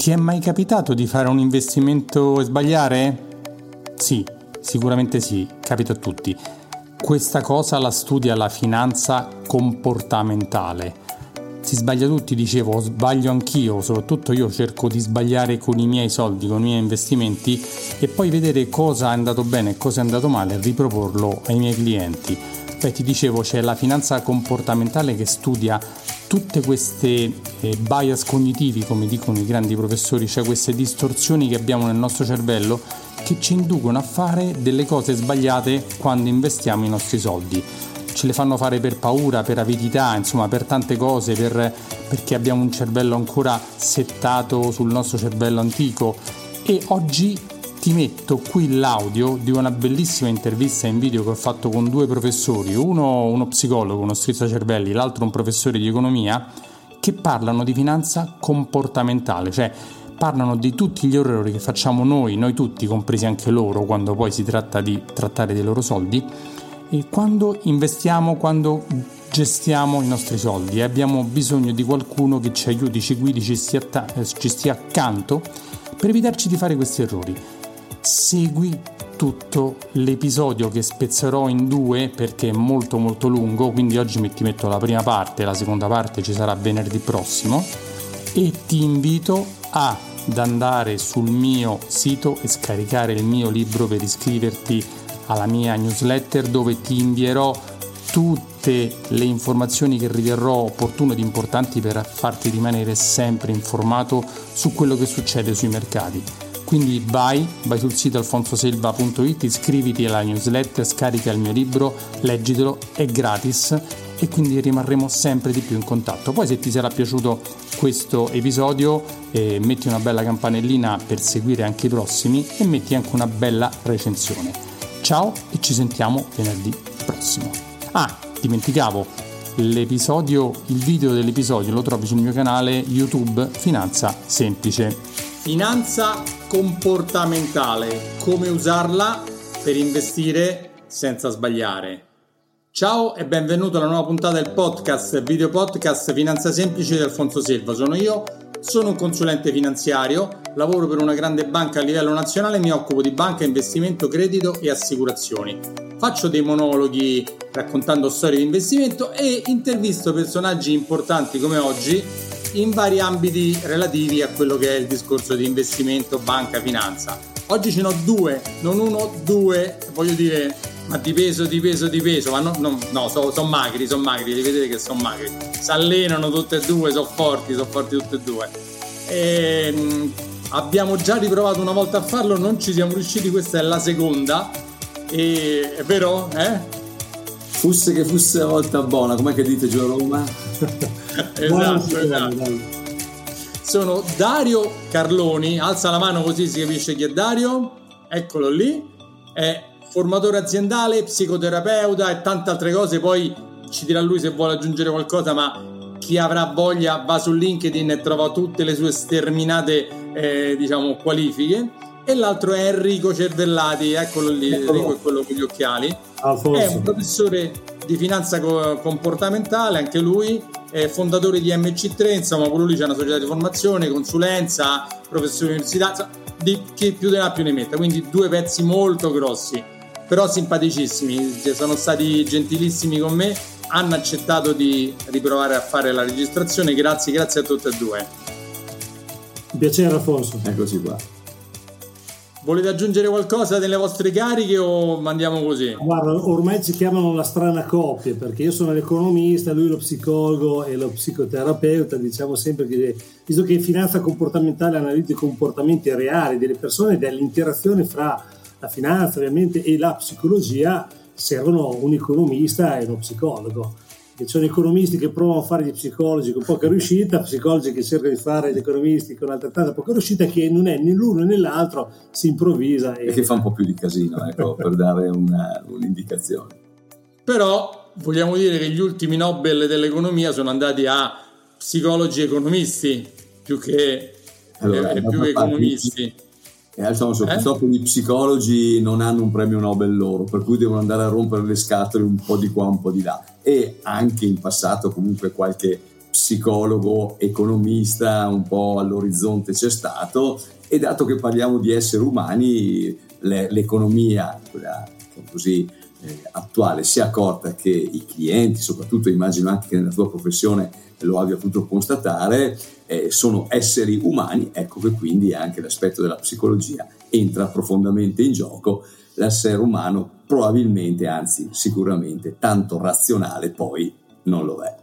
Ti è mai capitato di fare un investimento e sbagliare? Sì, sicuramente sì, capita a tutti. Questa cosa la studia la finanza comportamentale. Si sbaglia tutti, dicevo, sbaglio anch'io, soprattutto io cerco di sbagliare con i miei soldi, con i miei investimenti e poi vedere cosa è andato bene e cosa è andato male e riproporlo ai miei clienti. Beh, ti dicevo, c'è la finanza comportamentale che studia tutte queste bias cognitivi, come dicono i grandi professori, cioè queste distorsioni che abbiamo nel nostro cervello che ci inducono a fare delle cose sbagliate quando investiamo i nostri soldi. Ce le fanno fare per paura, per avidità, insomma per tante cose, perché abbiamo un cervello ancora settato sul nostro cervello antico. E oggi ti metto qui l'audio di una bellissima intervista in video che ho fatto con due professori, uno psicologo, uno strizzacervelli, l'altro un professore di economia, che parlano di finanza comportamentale, cioè parlano di tutti gli errori che facciamo noi tutti, compresi anche loro, quando poi si tratta di trattare dei loro soldi, e quando investiamo, quando gestiamo i nostri soldi. Abbiamo bisogno di qualcuno che ci aiuti, ci guidi, ci stia accanto per evitarci di fare questi errori. Segui tutto l'episodio che spezzerò in due perché è molto molto lungo, quindi oggi ti metto la prima parte, la seconda parte ci sarà venerdì prossimo, e ti invito ad andare sul mio sito e scaricare il mio libro per iscriverti alla mia newsletter, dove ti invierò tutte le informazioni che riterrò opportune ed importanti per farti rimanere sempre informato su quello che succede sui mercati. Quindi vai sul sito alfonsoselva.it, iscriviti alla newsletter, scarica il mio libro, leggitelo, è gratis e quindi rimarremo sempre di più in contatto. Poi se ti sarà piaciuto questo episodio metti una bella campanellina per seguire anche i prossimi e metti anche una bella recensione. Ciao e ci sentiamo venerdì prossimo. Dimenticavo, il video dell'episodio lo trovi sul mio canale YouTube Finanza Semplice. Finanza comportamentale, come usarla per investire senza sbagliare. Ciao e benvenuto alla nuova puntata del video podcast Finanza Semplice di Alfonso Selva. Sono un consulente finanziario, lavoro per una grande banca a livello nazionale e mi occupo di banca, investimento, credito e assicurazioni. Faccio dei monologhi raccontando storie di investimento e intervisto personaggi importanti come oggi in vari ambiti relativi a quello che è il discorso di investimento, banca, finanza. Oggi ce n'ho due, non uno, due, voglio dire, ma di peso, ma no, sono magri, li vedete che sono magri, si allenano tutte e due, sono forti tutte e due. Abbiamo già riprovato una volta a farlo, non ci siamo riusciti, questa è la seconda, è vero? Fosse che fosse una volta buona, com'è che dite giù a Roma? Esatto. Sono Dario Carloni, alza la mano così si capisce chi è Dario, eccolo lì, è formatore aziendale, psicoterapeuta e tante altre cose, poi ci dirà lui se vuole aggiungere qualcosa, ma chi avrà voglia va su LinkedIn e trova tutte le sue sterminate qualifiche. E l'altro è Enrico Cervellati, eccolo lì, Enrico è quello con gli occhiali, Alfonso. È un professore di finanza comportamentale, anche lui è fondatore di MC3, insomma pure lui c'è una società di formazione, consulenza, professore di università, di chi più ne ha più ne metta, quindi due pezzi molto grossi, però simpaticissimi, sono stati gentilissimi con me, hanno accettato di riprovare a fare la registrazione, grazie a tutti e due. Piacere Alfonso. Eccoci qua. Volete aggiungere qualcosa delle vostre cariche o mandiamo così? Guarda, ormai ci chiamano la strana coppia, perché io sono l'economista, lui lo psicologo e lo psicoterapeuta. Diciamo sempre che, visto che in finanza comportamentale analizza i comportamenti reali delle persone e dell'interazione fra la finanza ovviamente e la psicologia, servono un economista e uno psicologo. Ci sono economisti che provano a fare gli psicologi con poca riuscita, psicologi che cercano di fare gli economisti con altrettanta poca riuscita, che non è né l'uno né l'altro, si improvvisa e che fa un po' più di casino, ecco, per dare un'indicazione. Però vogliamo dire che gli ultimi Nobel dell'economia sono andati a psicologi economisti più che economisti. Purtroppo gli psicologi non hanno un premio Nobel loro, per cui devono andare a rompere le scatole un po' di qua, un po' di là. E anche in passato comunque qualche psicologo, economista un po' all'orizzonte c'è stato, e dato che parliamo di esseri umani, l'economia, quella così attuale, si è accorta che i clienti, soprattutto immagino anche che nella tua professione lo abbia potuto constatare, sono esseri umani. Ecco che quindi anche l'aspetto della psicologia entra profondamente in gioco. L'essere umano probabilmente, anzi sicuramente, tanto razionale poi non lo è.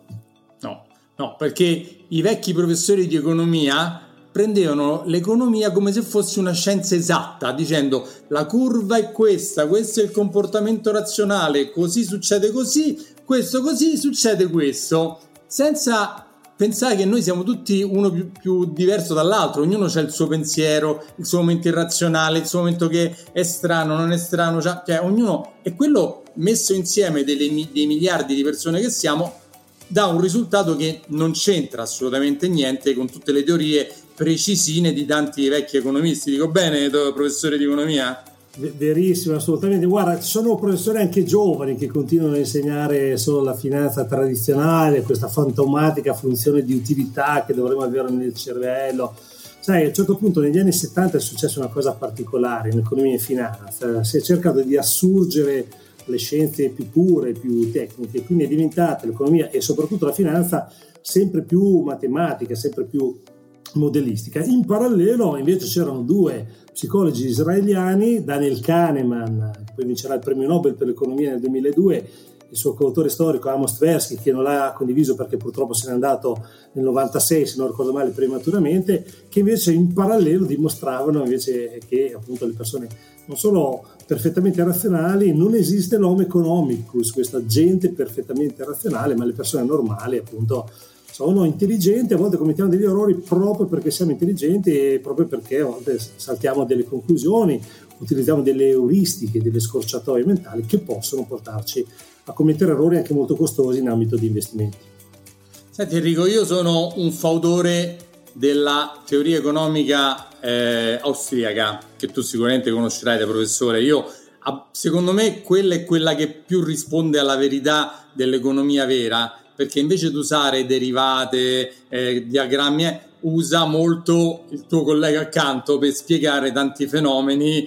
No, perché i vecchi professori di economia prendevano l'economia come se fosse una scienza esatta, dicendo la curva è questa, questo è il comportamento razionale, così succede così, questo così succede questo, senza pensare che noi siamo tutti uno più diverso dall'altro, ognuno ha il suo pensiero, il suo momento irrazionale, il suo momento che è strano, non è strano, cioè ognuno, e quello messo insieme dei miliardi di persone che siamo dà un risultato che non c'entra assolutamente niente con tutte le teorie precisine di tanti vecchi economisti. Dico bene, professore di economia? Verissimo, assolutamente. Guarda, ci sono professori anche giovani che continuano a insegnare solo la finanza tradizionale, questa fantomatica funzione di utilità che dovremmo avere nel cervello. Sai, a un certo punto negli anni 70 è successa una cosa particolare in economia e finanza, si è cercato di assurgere le scienze più pure, più tecniche, quindi è diventata l'economia e soprattutto la finanza sempre più matematica, sempre più modellistica. In parallelo invece c'erano due psicologi israeliani, Daniel Kahneman, che poi vincerà il premio Nobel per l'economia nel 2002, il suo coautore storico Amos Tversky, che non l'ha condiviso perché purtroppo se n'è andato nel 96, se non ricordo male, prematuramente, che invece in parallelo dimostravano invece che appunto le persone non solo perfettamente razionali, non esiste l'homo economicus, questa gente perfettamente razionale, ma le persone normali appunto sono intelligenti, a volte commettiamo degli errori proprio perché siamo intelligenti e proprio perché a volte saltiamo delle conclusioni, utilizziamo delle euristiche, delle scorciatoie mentali che possono portarci a commettere errori anche molto costosi in ambito di investimenti. Senti Enrico, io sono un fautore della teoria economica austriaca, che tu sicuramente conoscerai da professore. Secondo me quella è quella che più risponde alla verità dell'economia vera, perché invece di usare derivate, diagrammi, usa molto il tuo collega accanto per spiegare tanti fenomeni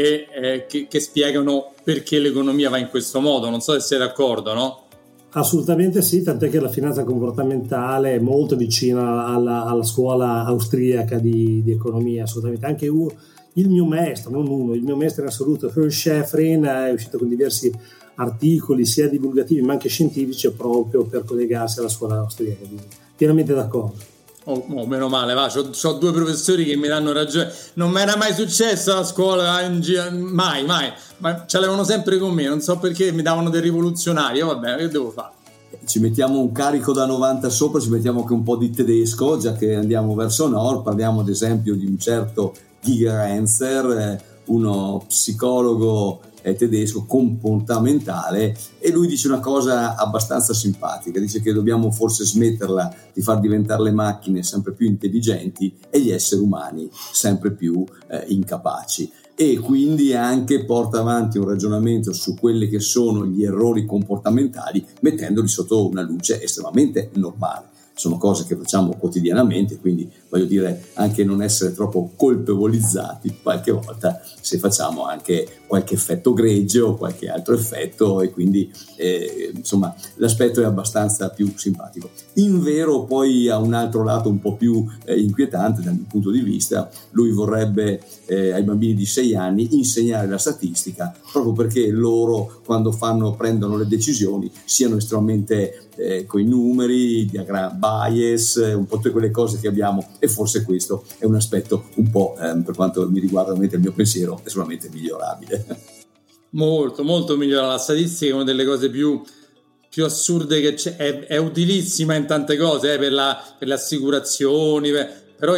che spiegano perché l'economia va in questo modo. Non so se sei d'accordo, no? Assolutamente sì, tant'è che la finanza comportamentale è molto vicina alla scuola austriaca di economia, assolutamente. Anche il mio maestro, non uno, il mio maestro in assoluto, Herr Schäferin, è uscito con diversi articoli sia divulgativi ma anche scientifici proprio per collegarsi alla scuola austriaca. Pienamente d'accordo. Meno male, c'ho due professori che mi danno ragione. Non mi era mai successo a scuola, mai, ma ce l'avevano sempre con me, non so perché mi davano del rivoluzionario. Vabbè, che devo fare? Ci mettiamo un carico da 90 sopra, ci mettiamo anche un po' di tedesco, già che andiamo verso nord. Parliamo ad esempio di un certo Giger Renzer, uno psicologo tedesco comportamentale, e lui dice una cosa abbastanza simpatica, dice che dobbiamo forse smetterla di far diventare le macchine sempre più intelligenti e gli esseri umani sempre più incapaci, e quindi anche porta avanti un ragionamento su quelli che sono gli errori comportamentali mettendoli sotto una luce estremamente normale. Sono cose che facciamo quotidianamente, quindi voglio dire anche non essere troppo colpevolizzati qualche volta se facciamo anche qualche effetto gregge o qualche altro effetto, e quindi insomma l'aspetto è abbastanza più simpatico. In vero poi ha un altro lato un po' più inquietante dal mio punto di vista. Lui vorrebbe ai bambini di 6 anni insegnare la statistica proprio perché loro quando prendono le decisioni siano estremamente coi numeri, bias, un po' tutte quelle cose che abbiamo, e forse questo è un aspetto un po' per quanto mi riguarda il mio pensiero è solamente migliorabile. Molto molto migliora. La statistica è una delle cose più assurde che c'è, è utilissima in tante cose, per le assicurazioni, però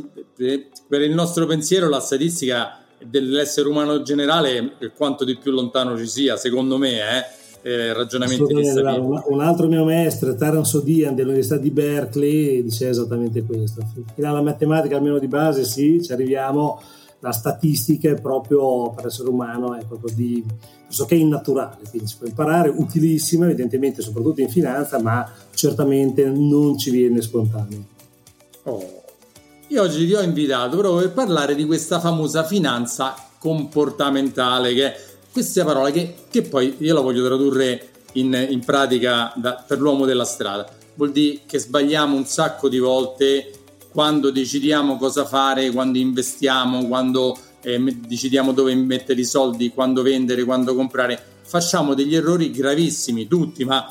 per il nostro pensiero la statistica dell'essere umano generale è quanto di più lontano ci sia, secondo me, ragionamenti di un altro mio maestro, Terence Odian dell'Università di Berkeley, dice esattamente questo. Fino alla matematica almeno di base sì, ci arriviamo, la statistica è proprio per l'essere umano è qualcosa di pressoché innaturale, quindi si può imparare, utilissima evidentemente soprattutto in finanza, ma certamente non ci viene spontaneo. Io oggi ti ho invitato proprio per parlare di questa famosa finanza comportamentale, che è questa parola che poi io la voglio tradurre in pratica per l'uomo della strada. Vuol dire che sbagliamo un sacco di volte quando decidiamo cosa fare, quando investiamo, quando decidiamo dove mettere i soldi, quando vendere, quando comprare. Facciamo degli errori gravissimi, tutti, ma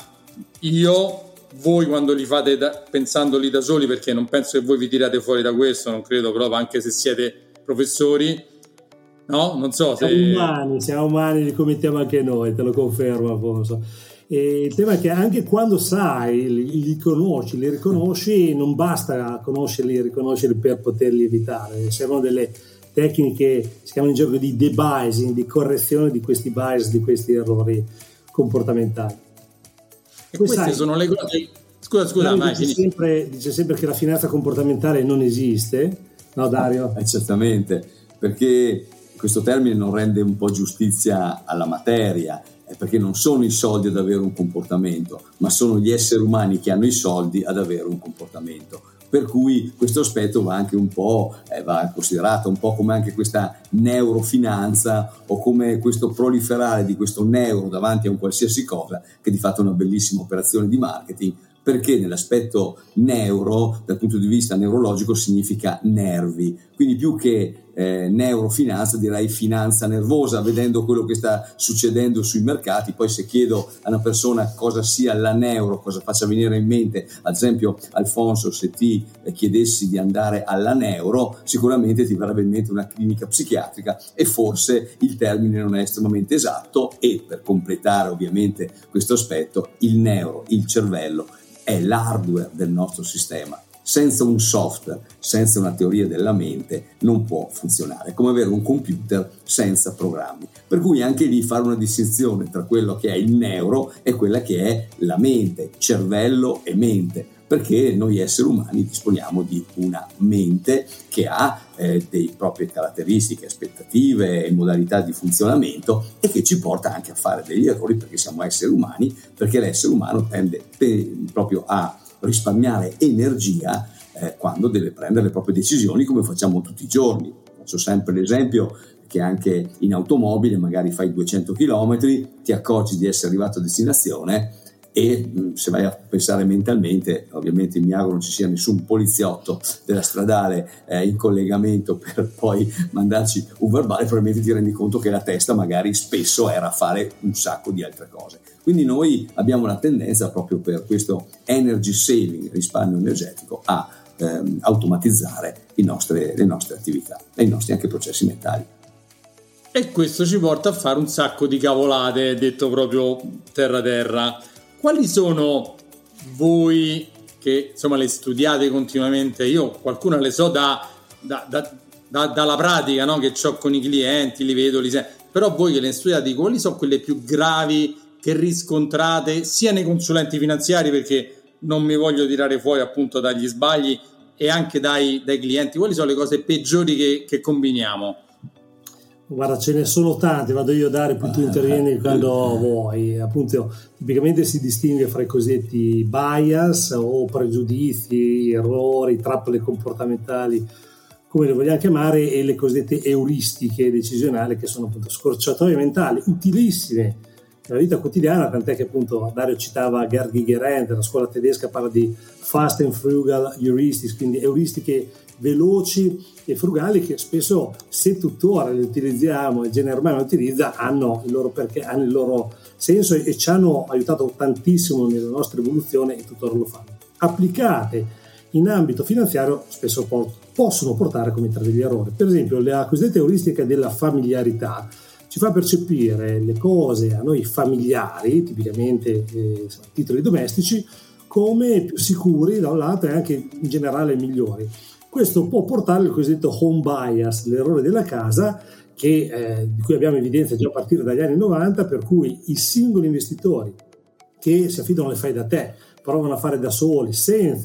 voi quando li fate pensandoli da soli, perché non penso che voi vi tirate fuori da questo, non credo proprio, anche se siete professori, no? Non so se... Siamo umani, li commettiamo anche noi, te lo confermo, Alfonso. E il tema è che anche quando sai, li conosci, li riconosci, non basta conoscerli e riconoscerli per poterli evitare, servono delle tecniche, si chiamano in gergo di debasing, di correzione di questi bias, di questi errori comportamentali. E queste sono le cose... Scusa, ma dice sempre che la finanza comportamentale non esiste, no Dario? Certamente, perché questo termine non rende un po' giustizia alla materia, perché non sono i soldi ad avere un comportamento, ma sono gli esseri umani che hanno i soldi ad avere un comportamento. Per cui questo aspetto va anche un po' va considerato un po' come anche questa neurofinanza o come questo proliferare di questo neuro davanti a un qualsiasi cosa, che di fatto è una bellissima operazione di marketing, perché nell'aspetto neuro, dal punto di vista neurologico, significa nervi, quindi più che neurofinanza direi finanza nervosa, vedendo quello che sta succedendo sui mercati. Poi se chiedo a una persona cosa sia la neuro, cosa faccia venire in mente, ad esempio Alfonso, se ti chiedessi di andare alla neuro, sicuramente ti verrebbe in mente una clinica psichiatrica, e forse il termine non è estremamente esatto. E per completare ovviamente questo aspetto, il neuro, il cervello, è l'hardware del nostro sistema. Senza un software, senza una teoria della mente, non può funzionare. È come avere un computer senza programmi. Per cui anche lì fare una distinzione tra quello che è il neuro e quella che è la mente, cervello e mente, perché noi esseri umani disponiamo di una mente che ha delle proprie caratteristiche, aspettative e modalità di funzionamento, e che ci porta anche a fare degli errori, perché siamo esseri umani, perché l'essere umano tende proprio a risparmiare energia quando deve prendere le proprie decisioni, come facciamo tutti i giorni. Faccio sempre l'esempio che anche in automobile magari fai 200 km, ti accorgi di essere arrivato a destinazione e se vai a pensare mentalmente, ovviamente mi auguro non ci sia nessun poliziotto della stradale in collegamento per poi mandarci un verbale, probabilmente ti rendi conto che la testa magari spesso era a fare un sacco di altre cose. Quindi noi abbiamo la tendenza, proprio per questo energy saving, risparmio energetico, a automatizzare le nostre attività e i nostri anche processi mentali. E questo ci porta a fare un sacco di cavolate, detto proprio terra. Quali sono, voi che insomma le studiate continuamente, io qualcuna le so dalla pratica, no? Che ho con i clienti, li vedo, però voi che le studiate, quali sono quelle più gravi che riscontrate sia nei consulenti finanziari, perché non mi voglio tirare fuori appunto dagli sbagli, e anche dai clienti? Quali sono le cose peggiori che combiniamo? Guarda, ce ne sono tante, vado io a dare, poi tu intervieni quando vuoi. Appunto, tipicamente si distingue fra i cosiddetti bias o pregiudizi, errori, trappole comportamentali, come le vogliamo chiamare, e le cosiddette euristiche decisionali, che sono appunto scorciatoie mentali utilissime nella vita quotidiana, tant'è che appunto Dario citava Gerd Gigerendt, della scuola tedesca, parla di fast and frugal heuristics, quindi euristiche veloci e frugali, che spesso, se tuttora le utilizziamo e il genere umano le utilizza, hanno il loro perché, hanno il loro senso e ci hanno aiutato tantissimo nella nostra evoluzione, e tuttora lo fanno. Applicate in ambito finanziario spesso possono portare a commettere degli errori. Per esempio, la cosiddetta euristica della familiarità ci fa percepire le cose a noi familiari, tipicamente titoli domestici, come più sicuri da un lato e anche in generale migliori. Questo può portare al cosiddetto home bias, l'errore della casa, di cui abbiamo evidenza già a partire dagli anni 90, per cui i singoli investitori che si affidano alle fai da te, provano a fare da soli senza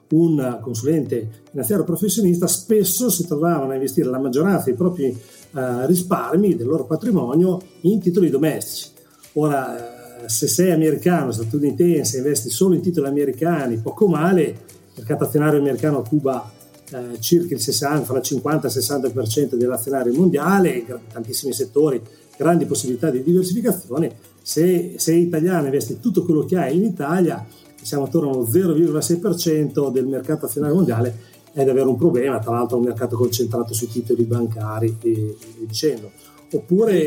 un consulente finanziario professionista, spesso si trovavano a investire la maggioranza dei propri risparmi, del loro patrimonio, in titoli domestici. Ora, se sei americano, statunitense, investi solo in titoli americani, poco male. Il mercato azionario americano cuba circa il 60, fra il 50 e il 60% dell'azionario mondiale, tantissimi settori, grandi possibilità di diversificazione. Se sei italiano e investi tutto quello che hai in Italia, siamo attorno allo 0,6% del mercato azionario mondiale, è davvero un problema. Tra l'altro è un mercato concentrato sui titoli bancari e dicendo. Oppure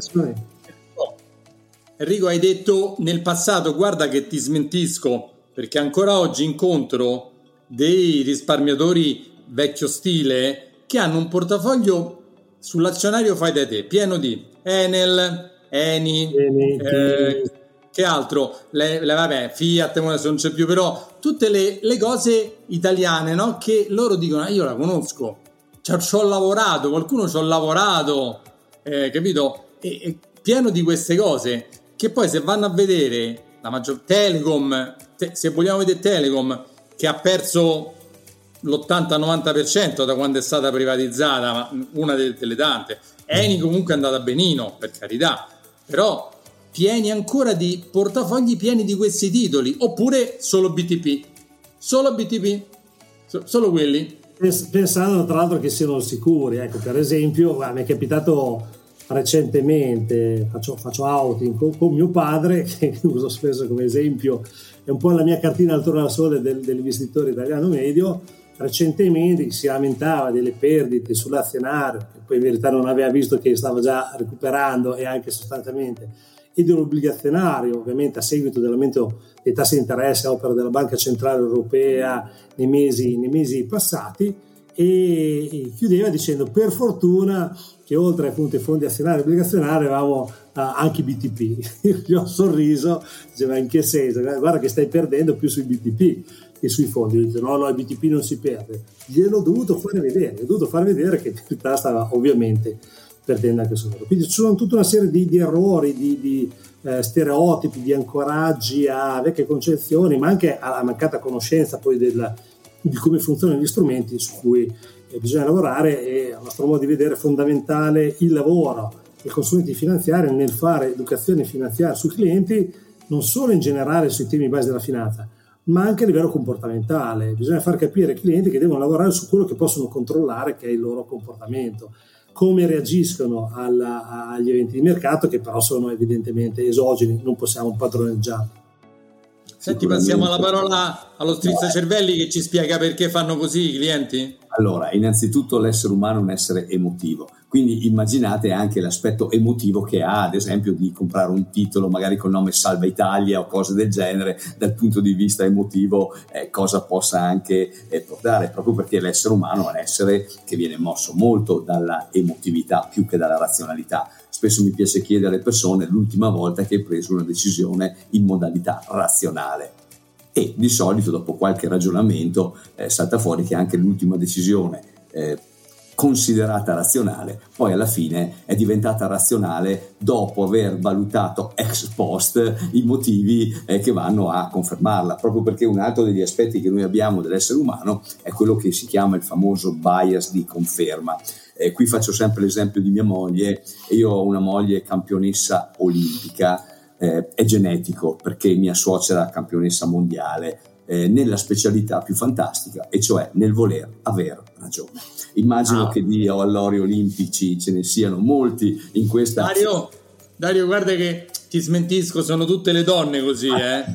Enrico, hai detto nel passato, guarda che ti smentisco, perché ancora oggi incontro dei risparmiatori vecchio stile che hanno un portafoglio sull'azionario fai da te, pieno di Enel, Eni, che altro? Vabbè, Fiat non c'è più, però tutte le cose italiane, no? Che loro dicono, io la conosco, ci ho lavorato, qualcuno ci ho lavorato, capito? E pieno di queste cose, che poi se vanno a vedere la maggior Telecom, se vogliamo vedere Telecom, che ha perso l'80-90% da quando è stata privatizzata, ma una delle tante. Eni comunque è andata benino, per carità, però pieni ancora di portafogli pieni di questi titoli, oppure solo BTP, solo quelli, pensando tra l'altro che siano sicuri. Ecco, per esempio, mi è capitato recentemente, faccio outing con mio padre, che uso spesso come esempio, è un po' la mia cartina al tornasole dell'investitore italiano medio. Recentemente si lamentava delle perdite sull'azionario, che poi in verità non aveva visto che stava già recuperando, e anche sostanzialmente, e dell'obbligazionario, ovviamente a seguito dell'aumento dei tassi di interesse a opera della Banca Centrale Europea nei mesi passati, e chiudeva dicendo: per fortuna che oltre appunto ai fondi azionari e obbligazionari avevamo anche i BTP. Io gli ho sorriso, diceva: in che senso? Guarda che stai perdendo più sui BTP che sui fondi. Io dico: no, i BTP non si perde. Gliel'ho dovuto far vedere che in realtà stava ovviamente perdendo anche su loro. Quindi ci sono tutta una serie di errori, di stereotipi, di ancoraggi a vecchie concezioni, ma anche alla mancata conoscenza poi di come funzionano gli strumenti su cui bisogna lavorare. E a nostro modo di vedere è fondamentale il lavoro del consulente finanziario nel fare educazione finanziaria sui clienti, non solo in generale sui temi base della finanza, ma anche a livello comportamentale. Bisogna far capire ai clienti che devono lavorare su quello che possono controllare, che è il loro comportamento, come reagiscono agli eventi di mercato, che però sono evidentemente esogeni, non possiamo padroneggiare. Senti, passiamo la parola allo strizzacervelli che ci spiega perché fanno così i clienti. Allora, innanzitutto l'essere umano è un essere emotivo, quindi immaginate anche l'aspetto emotivo che ha, ad esempio, di comprare un titolo magari col nome Salva Italia o cose del genere. Dal punto di vista emotivo cosa possa anche portare, proprio perché l'essere umano è un essere che viene mosso molto dalla emotività più che dalla razionalità. Spesso mi piace chiedere alle persone l'ultima volta che hai preso una decisione in modalità razionale, e di solito dopo qualche ragionamento salta fuori che anche l'ultima decisione considerata razionale poi alla fine è diventata razionale dopo aver valutato ex post i motivi che vanno a confermarla, proprio perché un altro degli aspetti che noi abbiamo dell'essere umano è quello che si chiama il famoso bias di conferma. Qui faccio sempre l'esempio di mia moglie. Io ho una moglie campionessa olimpica, è genetico perché mia suocera campionessa mondiale nella specialità più fantastica, e cioè nel voler aver ragione. Immagino che di allori olimpici ce ne siano molti in questa... Dario, guarda che ti smentisco, sono tutte le donne così,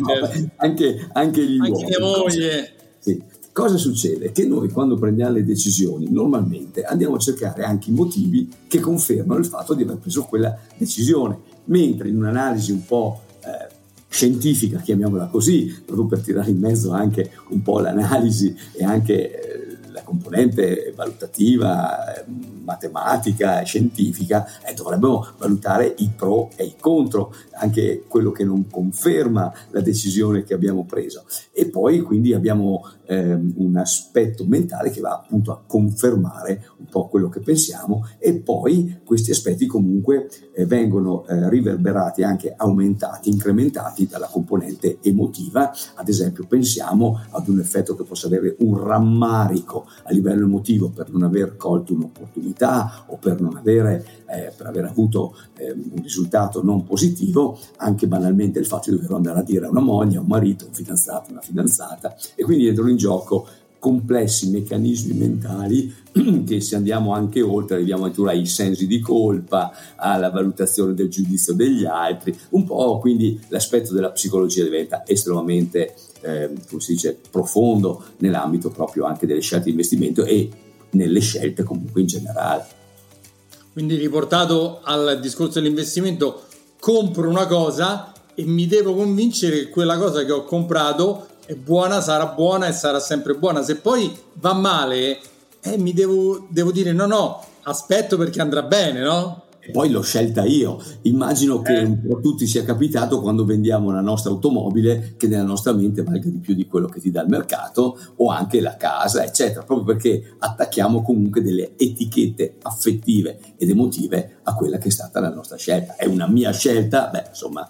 anche gli uomini. Anche mia moglie. Sì. Cosa succede? Che noi quando prendiamo le decisioni normalmente andiamo a cercare anche i motivi che confermano il fatto di aver preso quella decisione, mentre in un'analisi un po' scientifica, chiamiamola così, proprio per tirare in mezzo anche un po' l'analisi e anche la componente valutativa, matematica e scientifica, dovremmo valutare i pro e i contro, anche quello che non conferma la decisione che abbiamo preso. E poi quindi abbiamo un aspetto mentale che va appunto a confermare un po' quello che pensiamo, e poi questi aspetti comunque vengono riverberati, anche aumentati, incrementati dalla componente emotiva. Ad esempio pensiamo ad un effetto che possa avere un rammarico a livello emotivo per non aver colto un'opportunità o per non avere per aver avuto un risultato non positivo, anche banalmente il fatto di dover andare a dire a una moglie, a un marito, a un fidanzato, una fidanzata, e quindi entrano in gioco complessi meccanismi mentali che, se andiamo anche oltre, arriviamo addirittura ai sensi di colpa, alla valutazione del giudizio degli altri, un po'. Quindi l'aspetto della psicologia diventa estremamente come si dice, profondo nell'ambito proprio anche delle scelte di investimento e nelle scelte comunque in generale. Quindi, riportato al discorso dell'investimento, compro una cosa e mi devo convincere che quella cosa che ho comprato è buona, sarà buona e sarà sempre buona. Se poi va male, mi devo dire no, aspetto perché andrà bene, no? E poi l'ho scelta io. Immagino che un po' a tutti sia capitato quando vendiamo la nostra automobile, che nella nostra mente valga di più di quello che ti dà il mercato, o anche la casa, eccetera, proprio perché attacchiamo comunque delle etichette affettive ed emotive a quella che è stata la nostra scelta. È una mia scelta, insomma.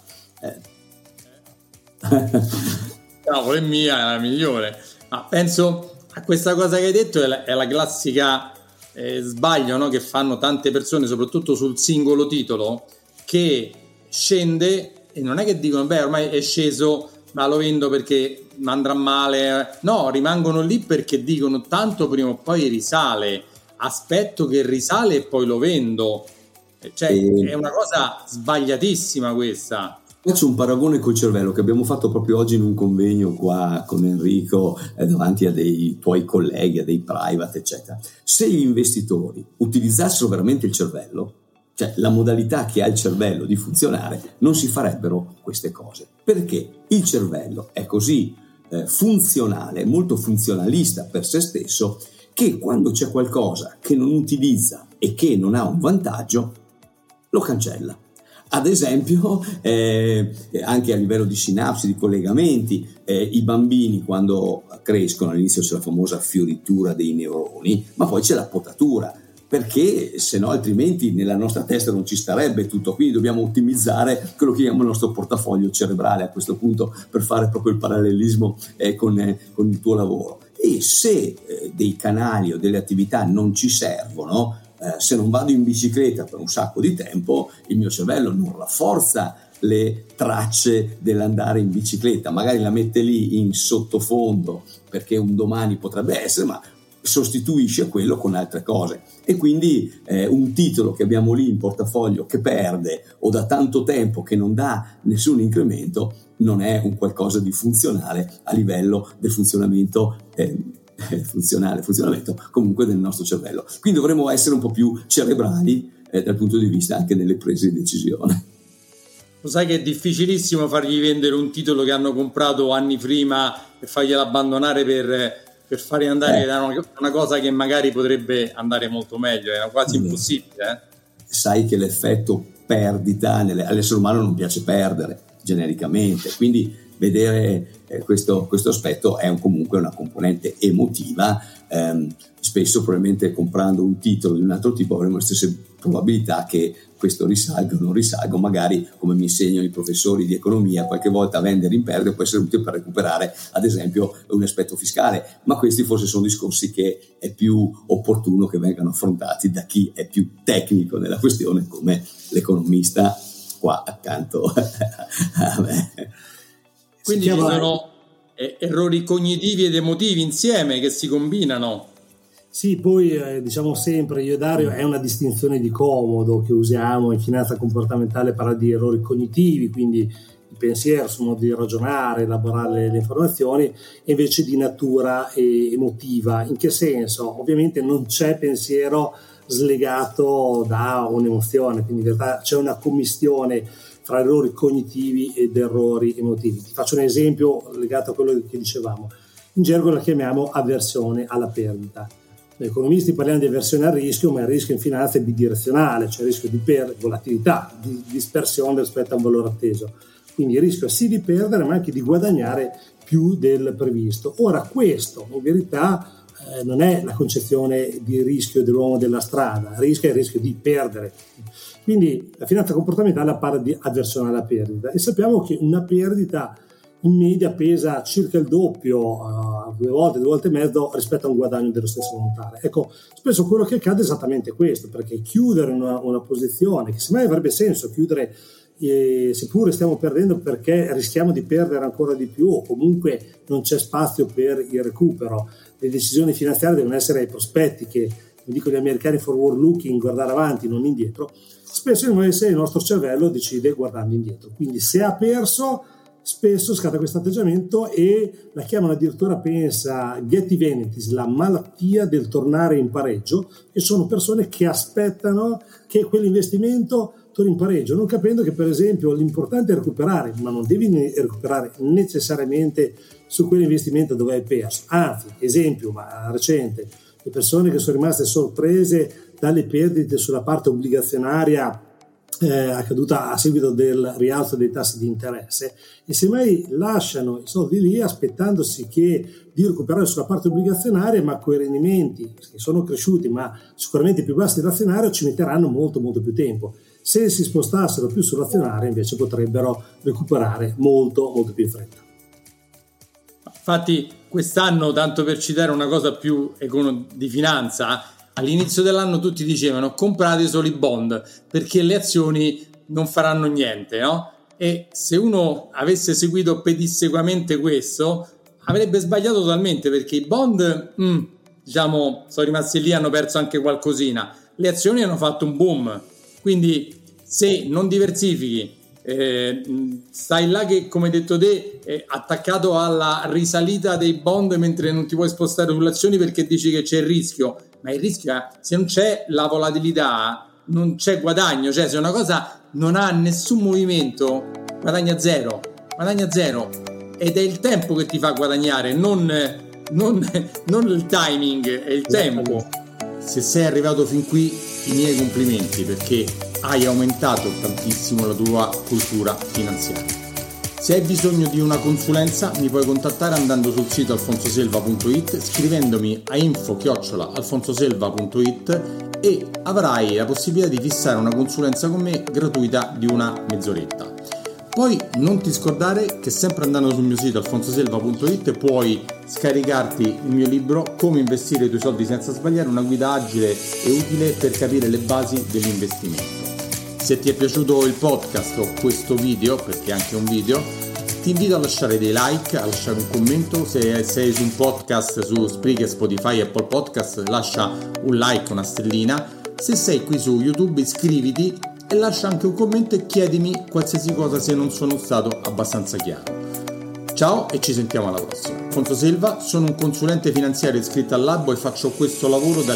Cavolo, è mia, è la migliore. Ma penso a questa cosa che hai detto, è la classica sbaglio, no? Che fanno tante persone, soprattutto sul singolo titolo, che scende e non è che dicono ormai è sceso, ma lo vendo perché andrà male. No, rimangono lì perché dicono tanto prima o poi risale, aspetto che risale e poi lo vendo. Cioè è una cosa sbagliatissima questa. Faccio un paragone col cervello che abbiamo fatto proprio oggi in un convegno qua con Enrico, davanti a dei tuoi colleghi, a dei private, eccetera. Se gli investitori utilizzassero veramente il cervello, cioè la modalità che ha il cervello di funzionare, non si farebbero queste cose. Perché il cervello è così funzionale, molto funzionalista per se stesso, che quando c'è qualcosa che non utilizza e che non ha un vantaggio, lo cancella. Ad esempio, anche a livello di sinapsi, di collegamenti, i bambini quando crescono, all'inizio c'è la famosa fioritura dei neuroni, ma poi c'è la potatura, perché se no altrimenti nella nostra testa non ci starebbe tutto. Quindi dobbiamo ottimizzare quello che chiamiamo il nostro portafoglio cerebrale a questo punto, per fare proprio il parallelismo con il tuo lavoro. E se dei canali o delle attività non ci servono, se non vado in bicicletta per un sacco di tempo, il mio cervello non rafforza le tracce dell'andare in bicicletta, magari la mette lì in sottofondo perché un domani potrebbe essere, ma sostituisce quello con altre cose. E quindi un titolo che abbiamo lì in portafoglio che perde o da tanto tempo che non dà nessun incremento non è un qualcosa di funzionale a livello del funzionamento funzionamento comunque del nostro cervello. Quindi dovremmo essere un po' più cerebrali dal punto di vista anche delle prese di decisione. Lo sai che è difficilissimo fargli vendere un titolo che hanno comprato anni prima e farglielo abbandonare per fare andare una cosa che magari potrebbe andare molto meglio, è quasi impossibile. Sai che l'effetto perdita all'essere umano non piace perdere genericamente, quindi vedere questo aspetto è comunque una componente emotiva. Spesso probabilmente comprando un titolo di un altro tipo avremo le stesse probabilità che questo risalga o non risalga, magari, come mi insegnano i professori di economia, qualche volta vendere in perdita può essere utile per recuperare ad esempio un aspetto fiscale, ma questi forse sono discorsi che è più opportuno che vengano affrontati da chi è più tecnico nella questione, come l'economista qua accanto a me. Quindi ci sono errori cognitivi ed emotivi insieme che si combinano. Sì, poi diciamo sempre, io e Dario, è una distinzione di comodo che usiamo in finanza comportamentale, parla di errori cognitivi, quindi il pensiero sul modo di ragionare, elaborare le informazioni, e invece di natura emotiva. In che senso? Ovviamente non c'è pensiero slegato da un'emozione, quindi in realtà c'è una commistione fra errori cognitivi ed errori emotivi. Ti faccio un esempio legato a quello che dicevamo. In gergo la chiamiamo avversione alla perdita. Noi economisti parliamo di avversione al rischio, ma il rischio in finanza è bidirezionale, cioè il rischio di volatilità, di dispersione rispetto a un valore atteso. Quindi il rischio sì di perdere, ma anche di guadagnare più del previsto. Ora, questo in verità non è la concezione di rischio dell'uomo della strada, il rischio è il rischio di perdere. Quindi la finanza comportamentale parla di avversione alla perdita e sappiamo che una perdita in media pesa circa il doppio, 2 volte e mezzo rispetto a un guadagno dello stesso montare. Ecco, spesso quello che accade è esattamente questo, perché chiudere una posizione, che semmai avrebbe senso chiudere seppure stiamo perdendo perché rischiamo di perdere ancora di più o comunque non c'è spazio per il recupero. Le decisioni finanziarie devono essere prospettiche, come dicono gli americani, forward looking, guardare avanti, non indietro. Spesso invece il nostro cervello decide guardando indietro, quindi se ha perso spesso scatta questo atteggiamento e la chiamano addirittura, pensa, Getty Vanities, la malattia del tornare in pareggio, e sono persone che aspettano che quell'investimento torni in pareggio, non capendo che per esempio l'importante è recuperare, ma non devi recuperare necessariamente su quell'investimento dove hai perso. Anzi, esempio ma recente, le persone che sono rimaste sorprese dalle perdite sulla parte obbligazionaria accaduta a seguito del rialzo dei tassi di interesse, e semmai lasciano i soldi lì aspettandosi di recuperare sulla parte obbligazionaria, ma con i rendimenti che sono cresciuti ma sicuramente più bassi dell'azionario ci metteranno molto più tempo. Se si spostassero più sull'azionario invece potrebbero recuperare molto più in fretta. Infatti quest'anno, tanto per citare una cosa più di finanza, all'inizio dell'anno tutti dicevano comprate solo i bond perché le azioni non faranno niente, no? E se uno avesse seguito pedissequamente questo avrebbe sbagliato totalmente, perché i bond sono rimasti lì, hanno perso anche qualcosina, le azioni hanno fatto un boom, quindi se non diversifichi, stai là che, come hai detto te, attaccato alla risalita dei bond mentre non ti puoi spostare sulle azioni perché dici che c'è il rischio, ma il rischio è, se non c'è la volatilità non c'è guadagno, cioè se una cosa non ha nessun movimento guadagna zero, ed è il tempo che ti fa guadagnare, non il timing, è il tempo. Se sei arrivato fin qui, i miei complimenti, perché hai aumentato tantissimo la tua cultura finanziaria. Se hai bisogno di una consulenza mi puoi contattare andando sul sito alfonsoselva.it, scrivendomi a info@alfonsoselva.it e avrai la possibilità di fissare una consulenza con me gratuita di una mezz'oretta. Poi non ti scordare che sempre andando sul mio sito alfonsoselva.it puoi scaricarti il mio libro Come investire i tuoi soldi senza sbagliare, una guida agile e utile per capire le basi dell'investimento. Se ti è piaciuto il podcast o questo video, perché è anche un video, ti invito a lasciare dei like, a lasciare un commento. Se sei su un podcast su Spreaker, Spotify, Apple Podcast, lascia un like, una stellina. Se sei qui su YouTube, iscriviti e lascia anche un commento e chiedimi qualsiasi cosa se non sono stato abbastanza chiaro. Ciao e ci sentiamo alla prossima. Alfonso Selva, sono un consulente finanziario iscritto all'albo e faccio questo lavoro dal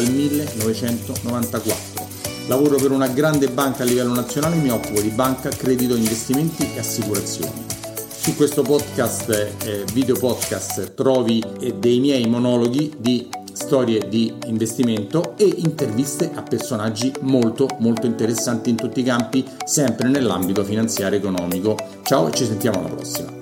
1994. Lavoro per una grande banca a livello nazionale e mi occupo di banca, credito, investimenti e assicurazioni. Su questo podcast, video podcast, trovi dei miei monologhi di storie di investimento e interviste a personaggi molto interessanti in tutti i campi, sempre nell'ambito finanziario economico. Ciao e ci sentiamo alla prossima.